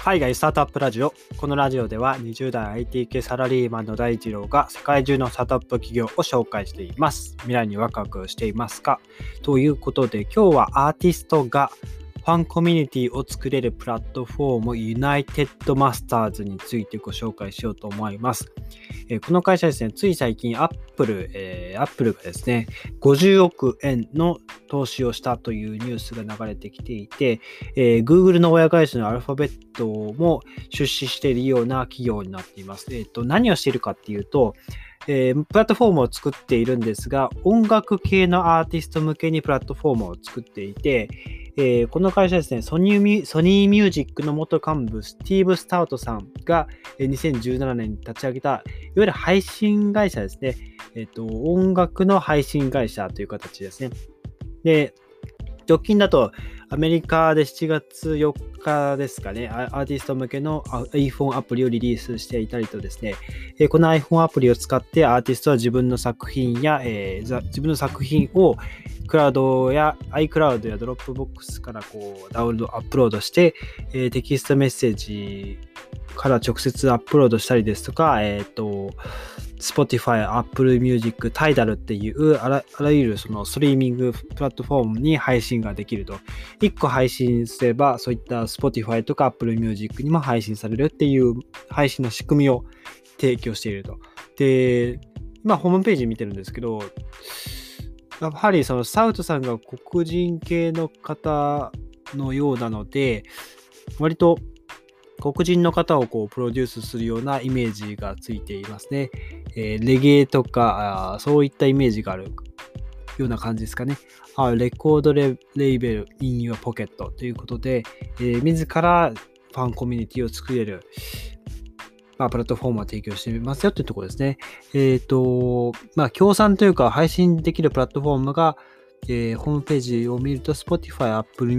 海外スタートアップラジオ。このラジオでは20代 IT 系サラリーマンの大二郎が世界中のスタートアップ企業を紹介しています。未来にワクワクしていますか？ということで今日はアーティストがファンコミュニティを作れるプラットフォームユナイテッドマスターズについてご紹介しようと思います。この会社ですね、つい最近アップルがですね、50億円の投資をしたというニュースが流れてきていて、Google の親会社のアルファベットも出資しているような企業になっています。何をしているかっていうと、プラットフォームを作っているんですが、音楽系のアーティスト向けにプラットフォームを作っていて、この会社ですね、ソニーミュージックの元幹部スティーブ・スタウトさんが2017年に立ち上げたいわゆる配信会社ですね、音楽の配信会社という形ですね。で、直近だとアメリカで7月4日ですかね、アーティスト向けの iPhone アプリをリリースしていたりとですね、この iPhone アプリを使ってアーティストは自分の作品や、自分の作品をクラウドや iCloud や Dropbox からダウンロードアップロードして、テキストメッセージから直接アップロードしたりですとか、Spotify、Apple Music、Tidal っていうあらゆるそのストリーミングプラットフォームに配信ができると。1個配信すれば、そういった Spotify とか Apple Music にも配信されるっていう配信の仕組みを提供していると。で、今ホームページ見てるんですけど、やはりそのサウトさんが黒人系の方のようなので、割と黒人の方をプロデュースするようなイメージがついていますね。レゲエとかそういったイメージがあるような感じですかね。レコードレーベル in your pocket ということで、自らファンコミュニティを作れる、プラットフォームを提供していますよというところですね。協賛というか配信できるプラットフォームが、ホームページを見ると Spotify、Apple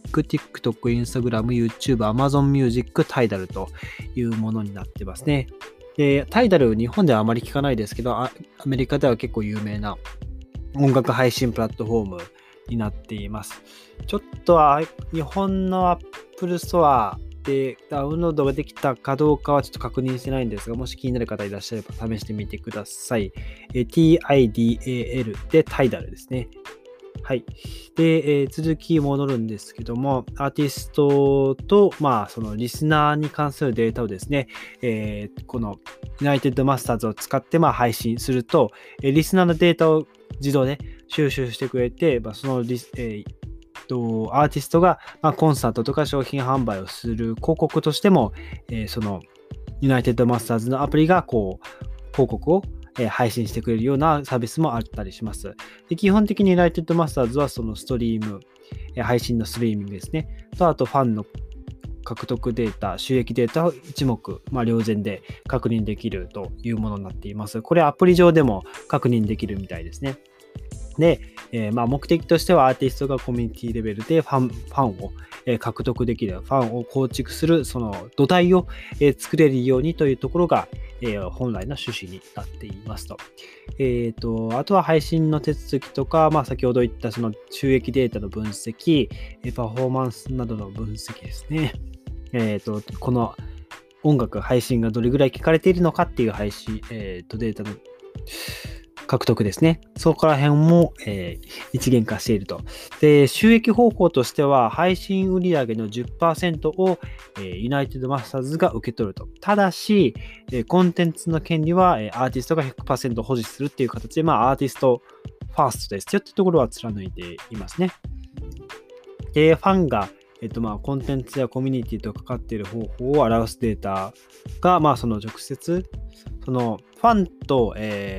Music、TikTok、Instagram、YouTube、Amazon Music、Tidal というものになってますね。で、Tidal 日本ではあまり聞かないですけど、アメリカでは結構有名な音楽配信プラットフォームになっています。ちょっと日本の Apple Store でダウンロードができたかどうかはちょっと確認してないんですが、もし気になる方いらっしゃれば試してみてください。TIDAL で Tidal ですね。はい。で、続き戻るんですけども、アーティストと、そのリスナーに関するデータをですね、このユナイテッドマスターズを使って配信すると、リスナーのデータを自動で収集してくれて、そのアーティストが、コンサートとか商品販売をする広告としても、そのユナイテッドマスターズのアプリが広告を配信してくれるようなサービスもあったりします。で、基本的にユナイテッドマスターズはそのストリーム、配信のストリーミングですね。と、あとファンの獲得データ、収益データを一目、瞭然で確認できるというものになっています。これアプリ上でも確認できるみたいですね。で、目的としてはアーティストがコミュニティレベルでファンを獲得できる、ファンを構築するその土台を作れるようにというところが本来の趣旨になっていますと。あとは配信の手続きとか、先ほど言ったその収益データの分析、パフォーマンスなどの分析ですね。この音楽配信がどれぐらい聞かれているのかっていう配信、データの獲得ですね。そこら辺も、一元化していると。で、収益方法としては、配信売上の 10% を、ユナイテッドマスターズが受け取ると。ただし、コンテンツの権利は、アーティストが 100% 保持するっていう形で、アーティストファーストですよっていうところは貫いていますね。で、ファンがコンテンツやコミュニティとかかっている方法を表すデータが、その直接、そのファンと、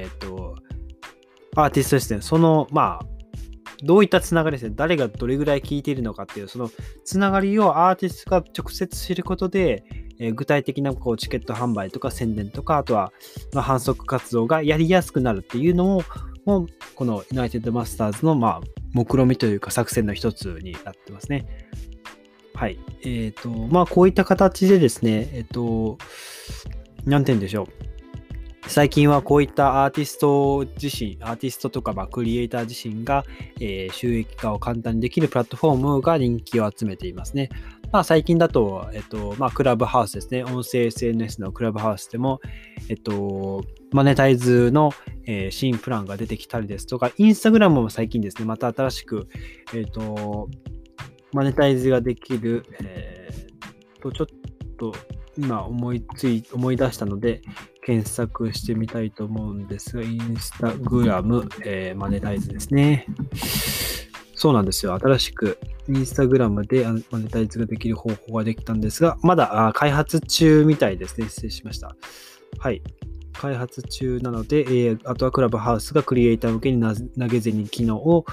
アーティストですね、その、どういったつながりですね、誰がどれぐらい聞いているのかっていう、そのつながりをアーティストが直接知ることで、具体的なチケット販売とか宣伝とか、あとは、販促活動がやりやすくなるっていうのも、このユナイテッドマスターズの、目論見というか作戦の一つになってますね。はい。こういった形でですね、なんて言うんでしょう。最近はこういったアーティストとかクリエイター自身が、収益化を簡単にできるプラットフォームが人気を集めていますね。 最近だと、クラブハウスですね。音声 SNS のクラブハウスでも、マネタイズの、新プランが出てきたりですとか、インスタグラムも最近ですね、また新しく、マネタイズができる、ちょっと今思い出したので、検索してみたいと思うんですが、インスタグラム、マネタイズですね。そうなんですよ。新しくインスタグラムでマネタイズができる方法ができたんですが、まだ開発中みたいですね。失礼しました。はい。開発中なので、あとはクラブハウスがクリエイター向けに投げ銭機能を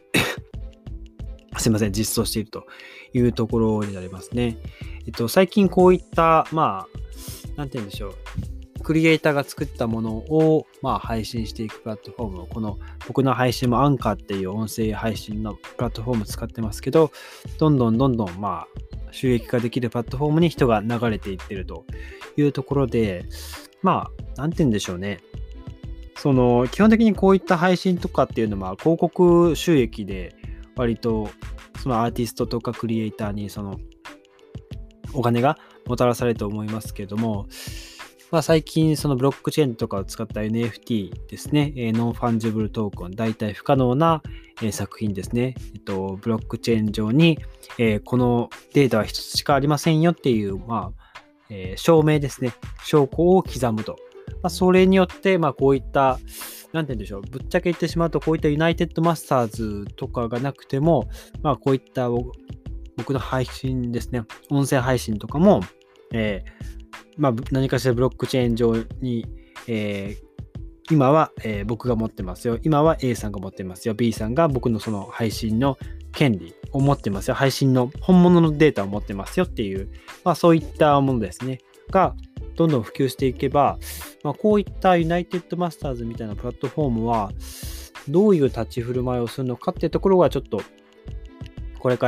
すいません、実装しているというところになりますね。最近こういった、なんて言うんでしょう。クリエイターが作ったものを、配信していくプラットフォームを、この僕の配信もアンカーっていう音声配信のプラットフォームを使ってますけど、どんどん、収益化できるプラットフォームに人が流れていってるというところで、なんて言うんでしょうね。基本的にこういった配信とかっていうのは、広告収益で割と、そのアーティストとかクリエイターにお金がもたらされると思いますけども、最近そのブロックチェーンとかを使った NFT ですね、ノンファンジブルトークン、代替不可能な、作品ですね、ブロックチェーン上に、このデータは一つしかありませんよっていう、証明ですね、証拠を刻むと。それによって、こういった、なんて言うんでしょう、ぶっちゃけ言ってしまうと、こういったユナイテッドマスターズとかがなくても、こういった僕の配信ですね、音声配信とかも、何かしらブロックチェーン上に、今は、僕が持ってますよ。今は A さんが持ってますよ。B さんが僕のその配信の権利を持ってますよ。配信の本物のデータを持ってますよっていう、そういったものですね。が、どんどん普及していけば、こういったユナイテッドマスターズみたいなプラットフォームは、どういう立ち振る舞いをするのかっていうところがちょっと、これから、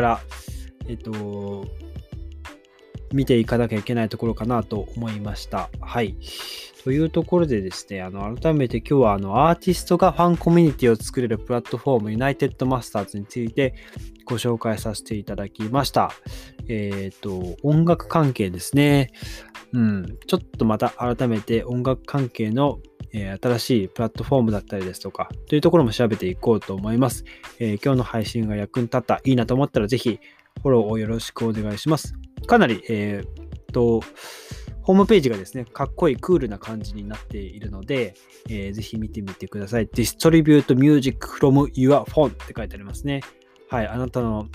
見ていかなきゃいけないところかなと思いました。はい。というところでですね、改めて今日はアーティストがファンコミュニティを作れるプラットフォームユナイテッドマスターズについてご紹介させていただきました。音楽関係ですね。ちょっとまた改めて音楽関係の新しいプラットフォームだったりですとかというところも調べていこうと思います。今日の配信が役に立った、いいなと思ったらぜひフォローをよろしくお願いします。かなり、ホームページがですね、かっこいいクールな感じになっているので、ぜひ見てみてください。Distribute Music from Your Phone って書いてありますね。はい、あなたの、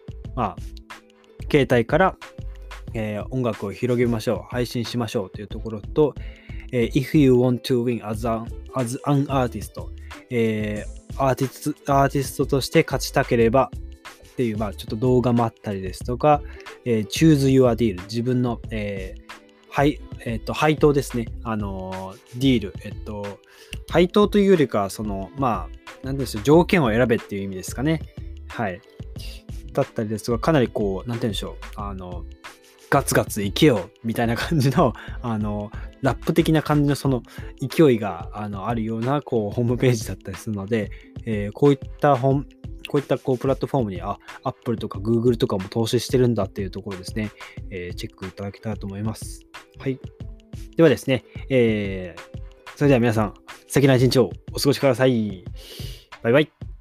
携帯から、音楽を広げましょう、配信しましょうというところと、If you want to win as an artist、アーティストとして勝ちたければっていう、ちょっと動画もあったりですとか、Choose Your Deal、自分の、配当ですね。ディール。配当というよりか、なんでしょう、条件を選べっていう意味ですかね。はい。だったりですとか、かなりなんて言うんでしょう、ガツガツいけよみたいな感じの、ラップ的な感じのその勢いがあるようなホームページだったりするので、こういったプラットフォームにApple とか Google とかも投資してるんだっていうところですね、チェックいただけたらと思います。はい。ではですね、それでは皆さん、素敵な一日をお過ごしください。バイバイ。